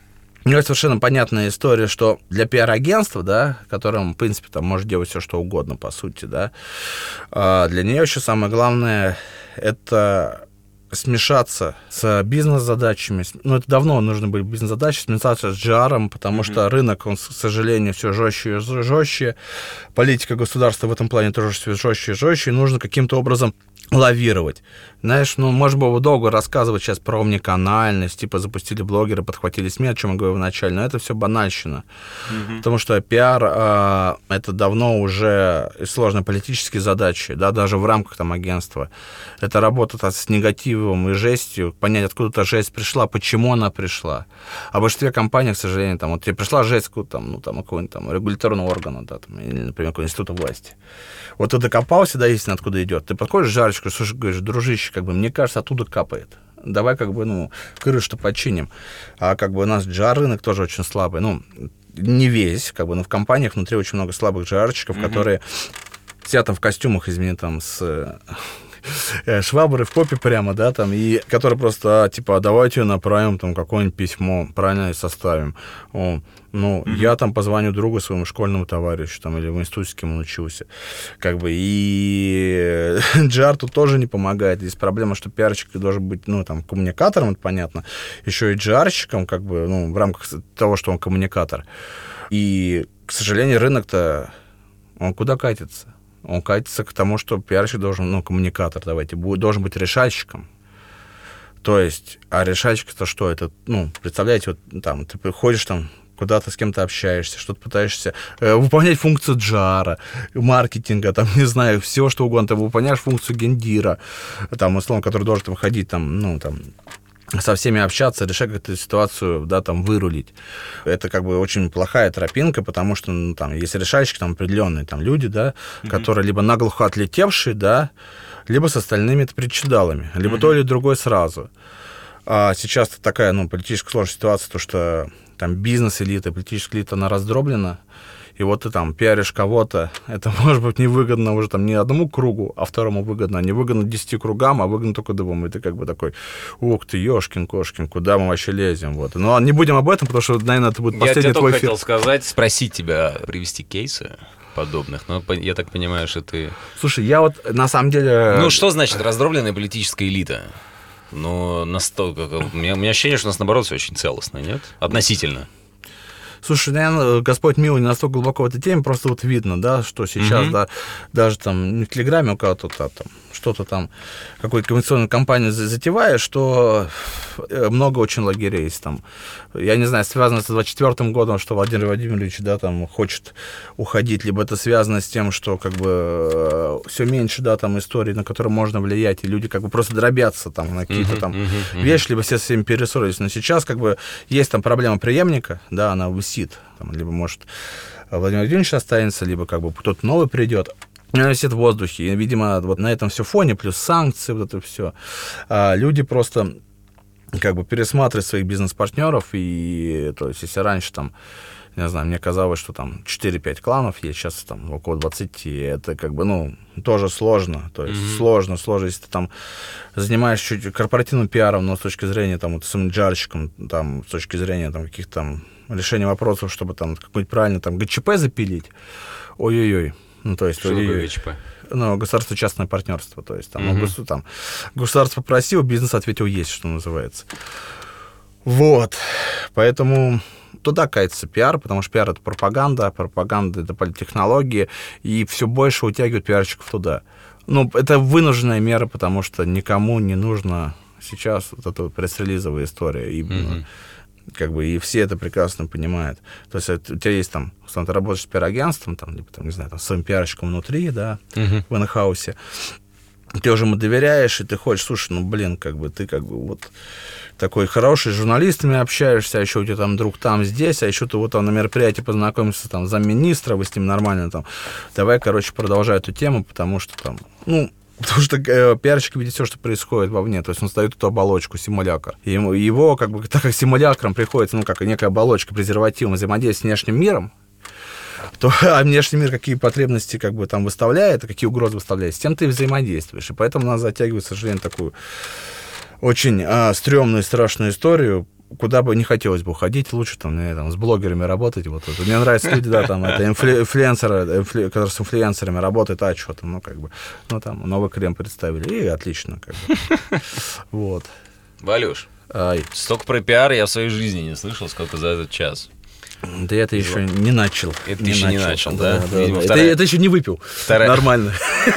У него совершенно понятная история, что для пиар-агентства, да, которым, в принципе, там может делать все, что угодно, по сути, да, для нее еще самое главное — это смешаться с бизнес-задачами. Ну, это давно нужны были бизнес-задачи, смешаться с GR, потому что рынок, он, к сожалению, все жестче и жестче. Политика государства в этом плане тоже все жестче и жестче, и нужно каким-то образом лавировать. Знаешь, ну, можно было бы долго рассказывать сейчас про омниканальность, типа запустили блогеры, подхватили СМИ, о чем я говорил вначале, но это все банальщина. Потому что пиар это давно уже сложные политические задачи, да, даже в рамках там агентства. Это работа с негативом и жестью, понять, откуда эта жесть пришла, почему она пришла. А в большинстве компаний, к сожалению, там, вот тебе пришла жесть там, ну, там, какого-нибудь там регуляторного органа, да, там, или, например, какого-нибудь института власти. Вот ты докопался, да, истинно, откуда идет. Ты подходишь, жарочку, слушай, говоришь, дружище, как бы, мне кажется, оттуда капает. Давай, как бы, ну, крышу-то починим. А как бы у нас GR-рынок тоже очень слабый. Ну, не весь, как бы, но в компаниях внутри очень много слабых GR-чиков, которые сидят там в костюмах, извини, там, с швабры в попе прямо, да, там, и которые просто, типа, давайте направим там какое-нибудь письмо, правильно составим. Я там позвоню другу своему школьному товарищу, там, или в институте, с кем он учился. Как бы, и GR тут тоже не помогает. Здесь проблема, что пиарщик должен быть, ну, там, коммуникатором, это понятно, еще и GR-щиком, как бы, ну, в рамках того, что он коммуникатор. И, к сожалению, рынок-то, он куда катится? Он катится к тому, что пиарщик должен, ну, коммуникатор, должен быть решальщиком. То есть, а решальщик-то что? Это, ну, представляете, вот там, ты приходишь там, куда-то с кем-то общаешься, что-то пытаешься выполнять функцию джара, маркетинга, там, не знаю, все что угодно. Ты выполняешь функцию гендира, там, условно, который должен там ходить, там, ну, там, со всеми общаться, решать какую-то ситуацию, да, там, вырулить. Это как бы очень плохая тропинка, потому что, ну, там, есть решальщики, там, определенные там люди, да, которые либо наглухо отлетевшие, да, либо с остальными причиндалами, либо то или другое сразу. А сейчас такая, ну, политически сложная ситуация, то, что там бизнес-элита, политическая элита, она раздроблена, и вот ты там пиаришь кого-то, это может быть невыгодно уже там не одному кругу, а второму выгодно, не выгодно 10 кругам, а выгодно только двум, и ты как бы такой, ух ты, ёшкин-кошкин, куда мы вообще лезем, вот. Но не будем об этом, потому что, наверное, это будет последний твой эфир. Я тебе только хотел спросить тебя, привести кейсы подобных, но я так понимаю, что ты... Слушай, я вот на самом деле... Ну, что значит раздробленная политическая элита? Ну, настолько... У меня ощущение, что у нас, наоборот, все очень целостно, нет? Относительно. Слушай, наверное, Господь милый, не настолько глубоко в этой теме, просто вот видно, да, что сейчас, да, даже там в Телеграме у кого-то там что-то там, какой-то коммуникационной кампании затеваешь, что много очень лагерей есть там. Я не знаю, связано с 24-м годом, что Владимир Владимирович, да, там хочет уходить, либо это связано с тем, что как бы все меньше, да, там историй, на которые можно влиять, и люди как бы просто дробятся там на какие-то там вещи, либо все с всеми перессорились. Но сейчас как бы есть там проблема преемника, да, она висит, там, либо может Владимир Владимирович останется, либо как бы кто-то новый придет. Она висит в воздухе. И, видимо, вот на этом все фоне, плюс санкции, вот это все, люди просто как бы пересматривают своих бизнес-партнеров. И, то есть, если раньше там, не знаю, мне казалось, что там 4-5 кланов есть, сейчас там около 20. Это как бы, ну, тоже сложно. То есть, сложно. Если ты там занимаешься чуть корпоративным пиаром, но с точки зрения там, вот, самим джарщиком, там, с точки зрения там каких-то там решения вопросов, чтобы там какой-нибудь правильно там ГЧП запилить, ой-ой-ой. Ну, то есть, что такое ГЧП? Ну, государство-частное партнерство. То есть, там, государство попросило, бизнес ответил есть, что называется. Вот. Поэтому туда катится пиар, потому что пиар — это пропаганда — это политтехнологии, и все больше утягивают пиарщиков туда. Ну, это вынужденная мера, потому что никому не нужно сейчас вот эта пресс-релизовая история. И, как бы, и все это прекрасно понимают. То есть у тебя есть там, условно, ты работаешь с пиар-агентством, там, либо, там, не знаю, там, с своим пиарщиком внутри, да, в инхаусе, ты уже ему доверяешь, и ты хочешь, слушай, ну, блин, как бы, ты как бы вот такой хороший, с журналистами общаешься, а еще у тебя там друг там, здесь, а еще ты вот там на мероприятии познакомишься там с замминистра, вы с ним нормально там, давай, короче, продолжай эту тему, потому что там, ну, потому что пиарщик видит все, что происходит вовне. То есть он создает эту оболочку, симулятор. И его, как бы, так как симулятором приходится, ну, как некая оболочка, презервативом, взаимодействие с внешним миром, то внешний мир какие потребности как бы там выставляет, какие угрозы выставляет, с тем ты взаимодействуешь. И поэтому нас затягивает, к сожалению, такую очень стрёмную и страшную историю, куда бы не хотелось бы уходить, лучше там с блогерами работать. Вот это. Мне нравятся люди, да, там, это инфлюенсеры, которые с инфлюенсерами работают, а что там, там новый крем представили, и отлично, как бы. Вот. Валюш, столько про пиар я в своей жизни не слышал, сколько за этот час. Да это еще не начал. Это еще не начал, да? Видимо, это еще не выпил. Нормально.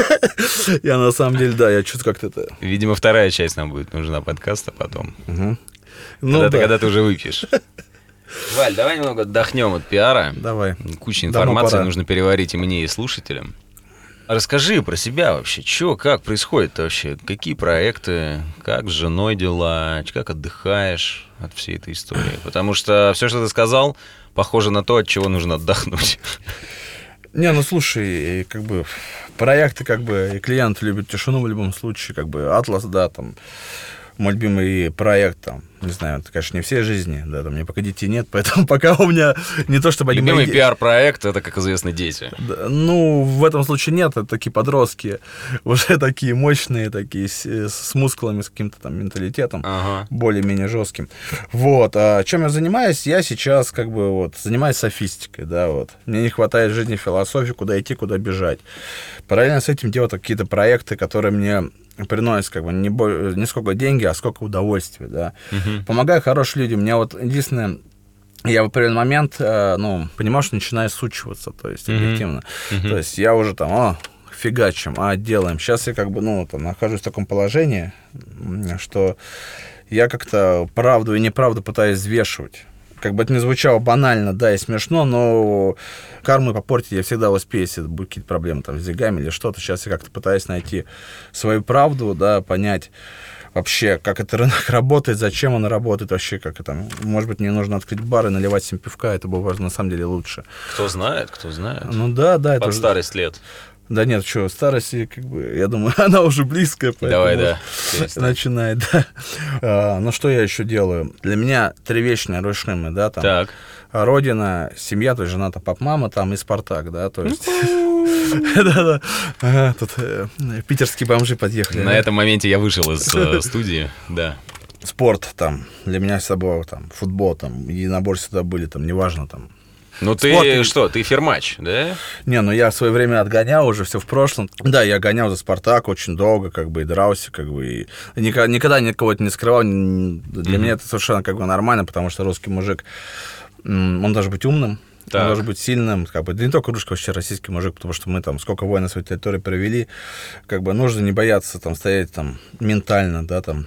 Я на самом деле, да, я что-то как-то это... Видимо, вторая часть нам будет нужна подкаста потом. Ну, когда ты уже выпьешь. Валь, давай немного отдохнем от пиара. Давай. Куча информации нужно переварить и мне, и слушателям. Расскажи про себя вообще. Чё, как происходит вообще? Какие проекты? Как с женой дела? Как отдыхаешь от всей этой истории? Потому что все, что ты сказал, похоже на то, от чего нужно отдохнуть. Не, ну слушай, как бы проекты, как бы, и клиенты любят тишину в любом случае, как бы Атлас, да, там, мой любимый проект, там, не знаю, это, конечно, не всей жизни, да, там, мне пока детей нет, поэтому пока у меня не то, чтобы... Любимый пиар-проект — это, как известно, дети. Да, ну, в этом случае нет, это такие подростки, уже такие мощные, такие с мускулами, с каким-то там менталитетом, более-менее жестким. Вот, а чем я занимаюсь? Я сейчас, как бы, вот, занимаюсь софистикой, да, вот. Мне не хватает в жизни философии, куда идти, куда бежать. Параллельно с этим делаю какие-то проекты, которые мне приносит как бы не сколько деньги, а сколько удовольствия, да. Помогаю хорошим людям. Мне вот единственное, я в определенный момент, понимал, что начинаю сучиваться, то есть объективно. То есть я уже там, фигачим, делаем. Сейчас я как бы, нахожусь в таком положении, что я как-то правду и неправду пытаюсь взвешивать. Как бы это не звучало банально, да, и смешно, но карму попортить я всегда успею, если будут какие-то проблемы там с деньгами или что-то. Сейчас я как-то пытаюсь найти свою правду, да, понять вообще, как этот рынок работает, зачем он работает, вообще, как это, может быть, мне нужно открыть бар и наливать всем пивка, это было на самом деле лучше. Кто знает. Ну да. Под это старость лет. Да нет, что, старость, как бы, я думаю, она уже близкая, поэтому давай, да. Начинает, да. Ну, что я еще делаю? Для меня 3 вещи нерушимые, да, там. Так. Родина, семья, то есть жена-то пап-мама, там, и Спартак, да, то есть... Да-да. Тут питерские бомжи подъехали. На этом моменте я вышел из студии, да. Спорт, там, для меня всегда был, там, футбол, там, единоборства всегда были, там, неважно, там. Ну ты что, ты фермач, да? Не, я в свое время отгонял, уже все в прошлом. Да, я гонял за «Спартак» очень долго, как бы, и дрался, как бы, и никогда никого не скрывал. Для меня это совершенно, как бы, нормально, потому что русский мужик, он должен быть умным, он должен быть сильным, как бы, да не только русский, вообще российский мужик, потому что мы там сколько войн на своей территории провели, как бы, нужно не бояться там стоять там ментально, да, там,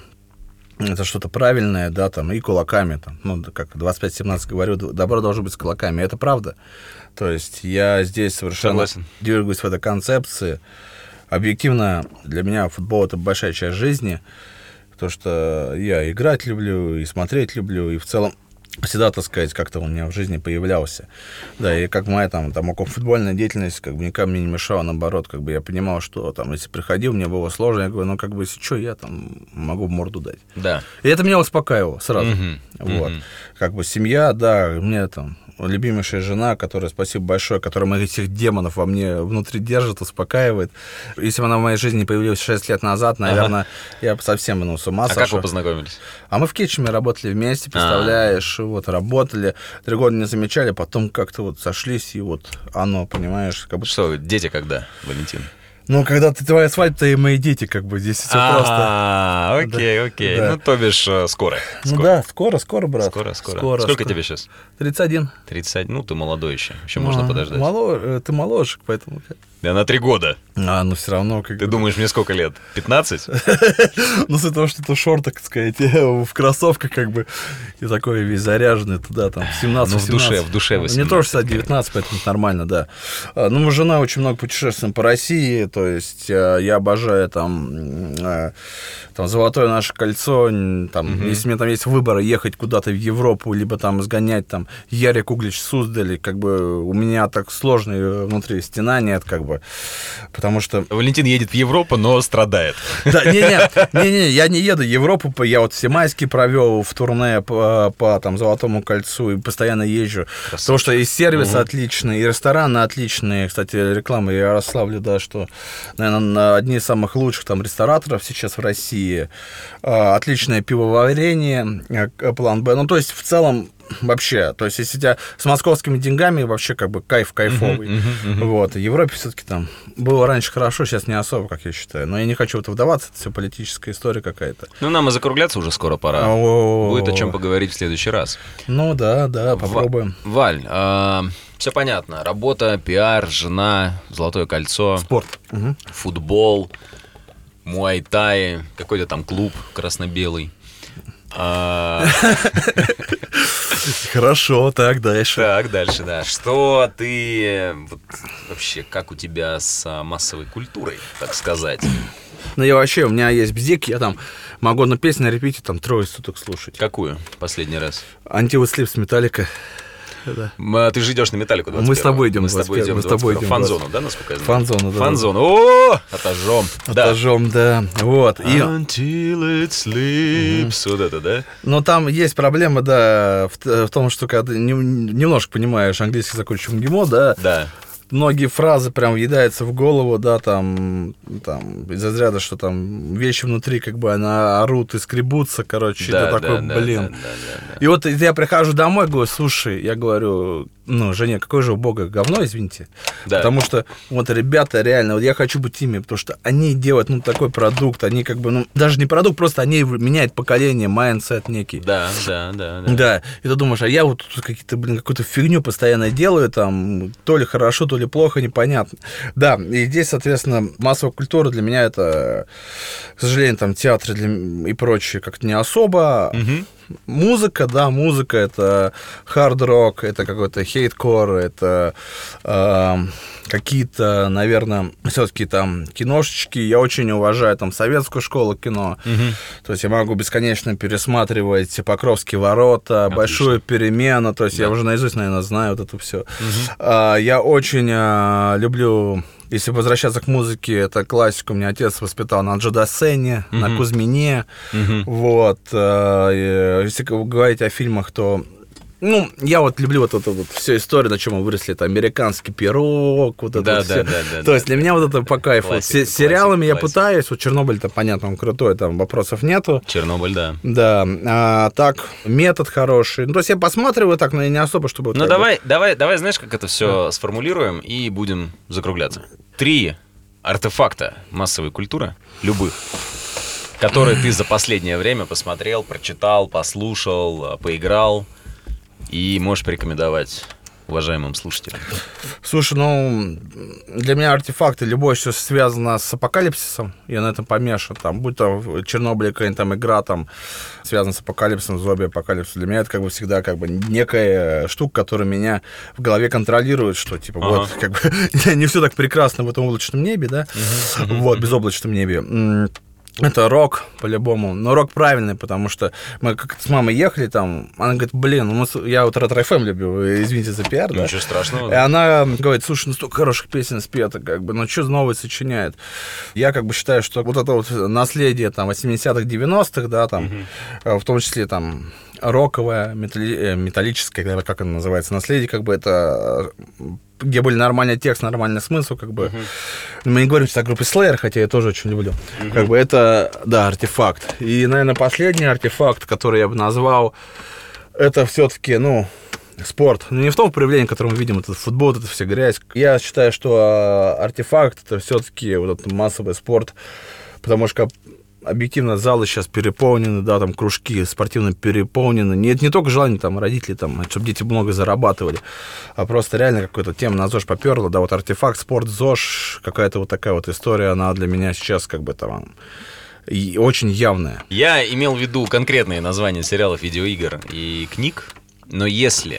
это что-то правильное, да, там, и кулаками, там, как 25-17 говорю, добро должно быть с кулаками, это правда. То есть я здесь совершенно двигаюсь в этой концепции. Объективно для меня футбол — это большая часть жизни, потому что я играть люблю, и смотреть люблю, и в целом всегда, так сказать, как-то он у меня в жизни появлялся. Да, и как моя там около футбольная деятельность, как бы, никак мне не мешала, наоборот, как бы я понимал, что там, если приходил, мне было сложно, я говорю, как бы, если что, я там могу в морду дать. Да. И это меня успокаивало сразу. Вот. Как бы семья, да, у меня там любимейшая жена, которая, спасибо большое, которая моих этих демонов во мне внутри держит, успокаивает. Если бы она в моей жизни не появилась 6 лет назад, наверное, я бы совсем с ума сошел. А как вы познакомились? А мы в Кетчуме работали вместе, представляешь, вот, работали, 3 года не замечали, потом как-то вот сошлись, и вот оно, понимаешь, как бы... Что, дети когда, Валентин? Ну, когда ты твоя свадьба-то и мои дети, как бы, здесь все просто. Окей. Да. Ну, то бишь, скоро. Ну да, скоро, брат. Скоро. Сколько тебе сейчас? 31. 31, ну, ты молодой еще можно подождать. Ты моложе, поэтому... Да, на 3 года. Ну все равно... Ты думаешь, мне сколько лет? 15? Ну, с-за того, что ты в шортах, так сказать, в кроссовках, как бы, и такой весь заряженный туда, там, 17-18. Ну, в душе 18. Мне тоже, кстати, 19, поэтому нормально, да. Ну, мы с женой очень много путешествуем по России, то есть я обожаю там Золотое наше кольцо, там, если у меня там есть выбор ехать куда-то в Европу, либо там сгонять, там, Ярик Углич, Суздаль, как бы, у меня так сложно внутри, стена нет, как бы. Потому что... Валентин едет в Европу, но страдает. Да, не, я не еду в Европу, я вот все майские провел в турне по там, Золотому кольцу и постоянно езжу. Красавчик. Потому что и сервис отличный, и рестораны отличные. Кстати, реклама Ярославля, да, что наверное, одни из самых лучших там рестораторов сейчас в России. Отличное пивоварение, план Б. Ну, то есть, в целом, вообще, то есть, если у тебя с московскими деньгами, вообще, как бы, кайфовый. Вот, в Европе все-таки там было раньше хорошо, сейчас не особо, как я считаю. Но я не хочу в это вдаваться, это все политическая история какая-то. Ну, нам и закругляться уже скоро пора. Будет о чем поговорить в следующий раз. Ну, да, попробуем. Валь, все понятно. Работа, пиар, жена, золотое кольцо. Спорт. Футбол, муай-тай, какой-то там клуб красно-белый. Хорошо, так, дальше. Так, дальше, да. Что ты... вообще, как у тебя с массовой культурой, так сказать? Ну, я вообще, у меня есть бзик, я там могу одну песню на репите там 3 суток слушать. Какую последний раз? Until It Sleeps, Металлика. Да. Ты же идешь на Металлику 21-го. Мы с тобой идем. Мы с тобой идем. Фан-зону, да, насколько я знаю? Фан-зону, да. Фан-зону. О, отожжем. Отожжем, да. Вот. Until it sleeps. Вот это, да? Но там есть проблема, да, в том, что когда ты немножко понимаешь английский, закончим ГИМО, да. Да. Многие фразы прям въедаются в голову, да, там из-за разряда, что там вещи внутри, как бы, она орут и скребутся, короче, да, это такой, блин. И вот я прихожу домой, говорю, слушай, я говорю, жене, какое же у Бога говно, извините. Да. Потому что вот ребята реально, вот я хочу быть ими, потому что они делают, такой продукт, они как бы, даже не продукт, просто они меняют поколение, майндсет некий. Да. Да, и ты думаешь, а я вот тут какую-то фигню постоянно делаю, там, то ли хорошо, то ли плохо, непонятно. Да, и здесь, соответственно, массовая культура для меня это, к сожалению, там, театр и прочее как-то не особо. Музыка, да, музыка, это хард-рок, это какой-то хейт-кор, это какие-то, наверное, все-таки там киношечки. Я очень уважаю там советскую школу кино. То есть я могу бесконечно пересматривать «Покровские ворота», отлично. «Большую перемену». То есть я уже наизусть, наверное, знаю вот это все. Я очень люблю... Если возвращаться к музыке, это классика. У меня отец воспитал на Джо Дассене, на Кузьмине. Вот. Если говорить о фильмах, то... я вот люблю вот эту вот всю историю, на чем мы выросли. Это «Американский пирог», вот это все. Да. То есть для меня вот это по кайфу. Классика, с сериалами я пытаюсь. Вот «Чернобыль»-то, понятно, он крутой, там вопросов нету. «Чернобыль», да. Да. Так, «Метод» хороший. То есть я посматриваю так, но я не особо, чтобы... давай, знаешь, как это все сформулируем и будем закругляться. 3 артефакта массовой культуры, любых, которые ты за последнее время посмотрел, прочитал, послушал, поиграл и можешь порекомендовать уважаемым слушателям. Слушай, для меня артефакты, любое, что связано с апокалипсисом, я на этом помешан, там, будь то Чернобыль, какая-нибудь там игра, там, связана с апокалипсисом, зомби-апокалипсис, для меня это, как бы, всегда, как бы, некая штука, которая меня в голове контролирует, что, типа, вот, как бы, не все так прекрасно в этом облачном небе, да, вот, безоблачном небе. Это рок, по-любому. Но рок правильный, потому что мы как-то с мамой ехали там, она говорит, я вот ретро-ФМ люблю, извините за пиар, да? Ничего страшного. И она говорит, слушай, столько хороших песен спето, как бы, что новое сочиняет? Я как бы считаю, что вот это вот наследие там 80-х, 90-х, да, там, в том числе там роковое, металлическое, как оно называется, наследие, как бы это... где были нормальный текст, нормальный смысл, как бы. Мы не говорим сейчас о группе Slayer, хотя я тоже очень люблю. Как бы это, да, артефакт. И, наверное, последний артефакт, который я бы назвал, это все-таки, спорт. Не в том проявлении, которое мы видим, это футбол, это вся грязь. Я считаю, что артефакт это все-таки вот этот массовый спорт, потому что объективно залы сейчас переполнены, да, там кружки спортивно переполнены. Нет, не только желание там родителей, там, чтобы дети много зарабатывали, а просто реально какая-то тема на ЗОЖ поперла, да, вот артефакт, спорт, ЗОЖ, какая-то вот такая вот история, она для меня сейчас как бы там и очень явная. Я имел в виду конкретные названия сериалов, видеоигр и книг, но если...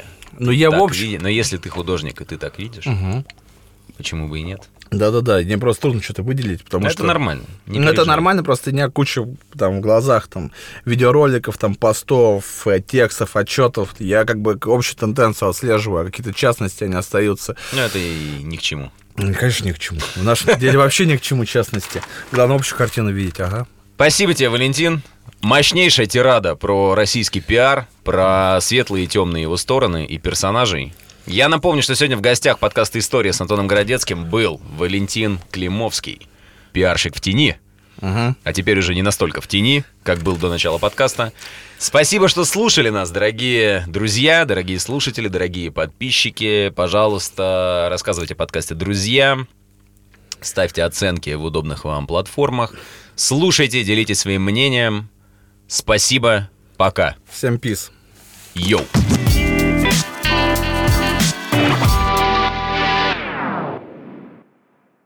если ты художник и ты так видишь, почему бы и нет? Да-да-да, мне просто трудно что-то выделить, потому что... Это нормально. Это нормально, просто у меня куча там в глазах там видеороликов, там постов, текстов, отчетов. Я как бы общую тенденцию отслеживаю, а какие-то частности они остаются. Это и ни к чему. Конечно, ни к чему. В нашем деле вообще ни к чему частности. Главное, общую картину видеть, ага. Спасибо тебе, Валентин. Мощнейшая тирада про российский пиар, про светлые и темные его стороны и персонажей. Я напомню, что сегодня в гостях подкаста «История» с Антоном Городецким был Валентин Климовский, пиарщик в тени, а теперь уже не настолько в тени, как был до начала подкаста. Спасибо, что слушали нас, дорогие друзья, дорогие слушатели, дорогие подписчики. Пожалуйста, рассказывайте о подкасте друзьям, ставьте оценки в удобных вам платформах, слушайте, делитесь своим мнением. Спасибо, пока. Всем пиз. Йоу.